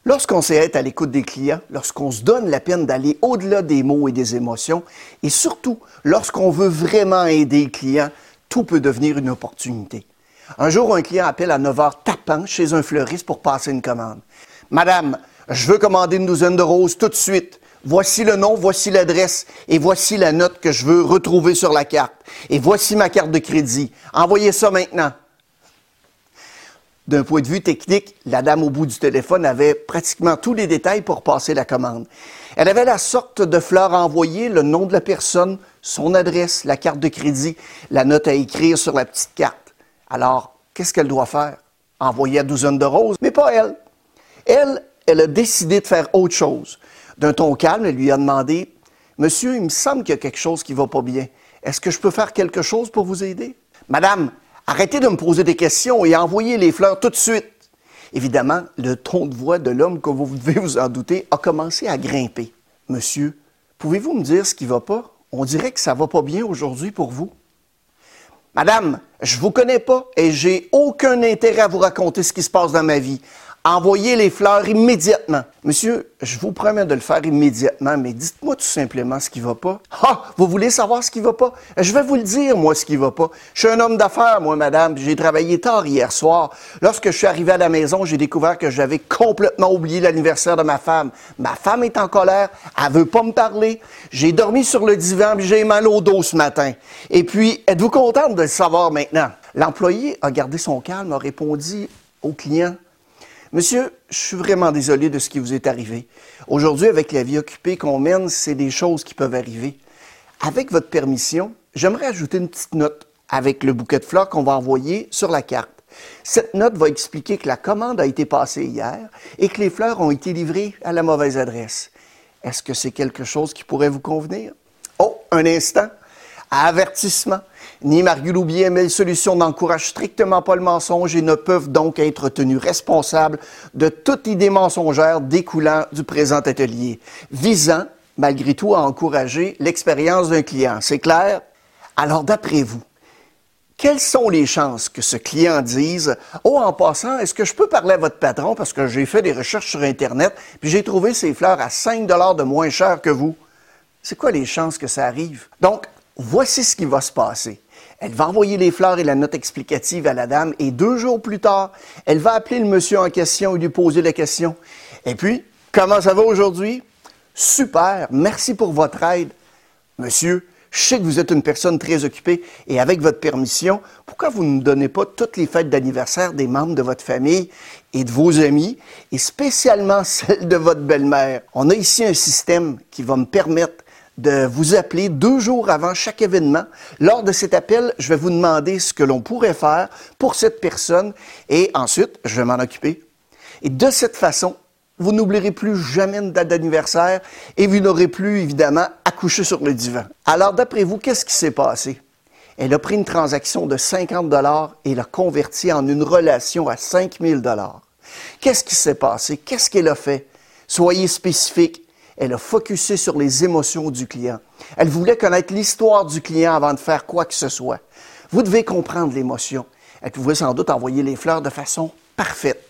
Lorsqu'on sait être à l'écoute des clients, lorsqu'on se donne la peine d'aller au-delà des mots et des émotions, et surtout lorsqu'on veut vraiment aider le client, tout peut devenir une opportunité. Un jour, un client appelle à 9 heures tapant chez un fleuriste pour passer une commande. « Madame, je veux commander une douzaine de roses tout de suite. Voici le nom, voici l'adresse et voici la note que je veux retrouver sur la carte. Et voici ma carte de crédit. Envoyez ça maintenant. » D'un point de vue technique, la dame au bout du téléphone avait pratiquement tous les détails pour passer la commande. Elle avait la sorte de fleurs à envoyer, le nom de la personne, son adresse, la carte de crédit, la note à écrire sur la petite carte. Alors, qu'est-ce qu'elle doit faire? Envoyer la douzaine de roses, mais pas elle. Elle a décidé de faire autre chose. D'un ton calme, elle lui a demandé « Monsieur, il me semble qu'il y a quelque chose qui ne va pas bien. Est-ce que je peux faire quelque chose pour vous aider? » « Madame, arrêtez de me poser des questions et envoyez les fleurs tout de suite. » Évidemment, le ton de voix de l'homme, comme vous devez vous en douter, a commencé à grimper. « Monsieur, pouvez-vous me dire ce qui ne va pas? On dirait que ça ne va pas bien aujourd'hui pour vous. »« Madame, je ne vous connais pas et j'ai aucun intérêt à vous raconter ce qui se passe dans ma vie. Envoyez les fleurs immédiatement. »« Monsieur, je vous promets de le faire immédiatement, mais dites-moi tout simplement ce qui ne va pas. »« Ah, vous voulez savoir ce qui ne va pas? Je vais vous le dire, moi, ce qui ne va pas. Je suis un homme d'affaires, moi, madame. J'ai travaillé tard hier soir. Lorsque je suis arrivé à la maison, j'ai découvert que j'avais complètement oublié l'anniversaire de ma femme. Ma femme est en colère. Elle ne veut pas me parler. J'ai dormi sur le divan et j'ai mal au dos ce matin. Et puis, êtes-vous contente de le savoir maintenant? » L'employé a gardé son calme, a répondu au client. « Monsieur, je suis vraiment désolé de ce qui vous est arrivé. Aujourd'hui, avec la vie occupée qu'on mène, c'est des choses qui peuvent arriver. Avec votre permission, j'aimerais ajouter une petite note avec le bouquet de fleurs qu'on va envoyer sur la carte. Cette note va expliquer que la commande a été passée hier et que les fleurs ont été livrées à la mauvaise adresse. Est-ce que c'est quelque chose qui pourrait vous convenir? » Oh, un instant. Avertissement. Ni Mario Loubier, Mail Solutions n'encouragent strictement pas le mensonge et ne peuvent donc être tenus responsables de toute idée mensongère découlant du présent atelier, visant, malgré tout, à encourager l'expérience d'un client. C'est clair? Alors, d'après vous, quelles sont les chances que ce client dise « Oh, en passant, est-ce que je peux parler à votre patron parce que j'ai fait des recherches sur Internet puis j'ai trouvé ces fleurs à 5 $ de moins cher que vous? » C'est quoi les chances que ça arrive? Donc, voici ce qui va se passer. Elle va envoyer les fleurs et la note explicative à la dame et 2 jours plus tard, elle va appeler le monsieur en question et lui poser la question. Et puis, comment ça va aujourd'hui? Super, merci pour votre aide. Monsieur, je sais que vous êtes une personne très occupée et avec votre permission, pourquoi vous ne donnez pas toutes les fêtes d'anniversaire des membres de votre famille et de vos amis et spécialement celles de votre belle-mère? On a ici un système qui va me permettre de vous appeler 2 jours avant chaque événement. Lors de cet appel, je vais vous demander ce que l'on pourrait faire pour cette personne et ensuite, je vais m'en occuper. Et de cette façon, vous n'oublierez plus jamais une date d'anniversaire et vous n'aurez plus, évidemment, à coucher sur le divan. Alors, d'après vous, qu'est-ce qui s'est passé? Elle a pris une transaction de 50 $ et l'a convertie en une relation à 5 000 $. Qu'est-ce qui s'est passé? Qu'est-ce qu'elle a fait? Soyez spécifique. Elle a focusé sur les émotions du client. Elle voulait connaître l'histoire du client avant de faire quoi que ce soit. Vous devez comprendre l'émotion. Elle pouvait sans doute envoyer les fleurs de façon parfaite.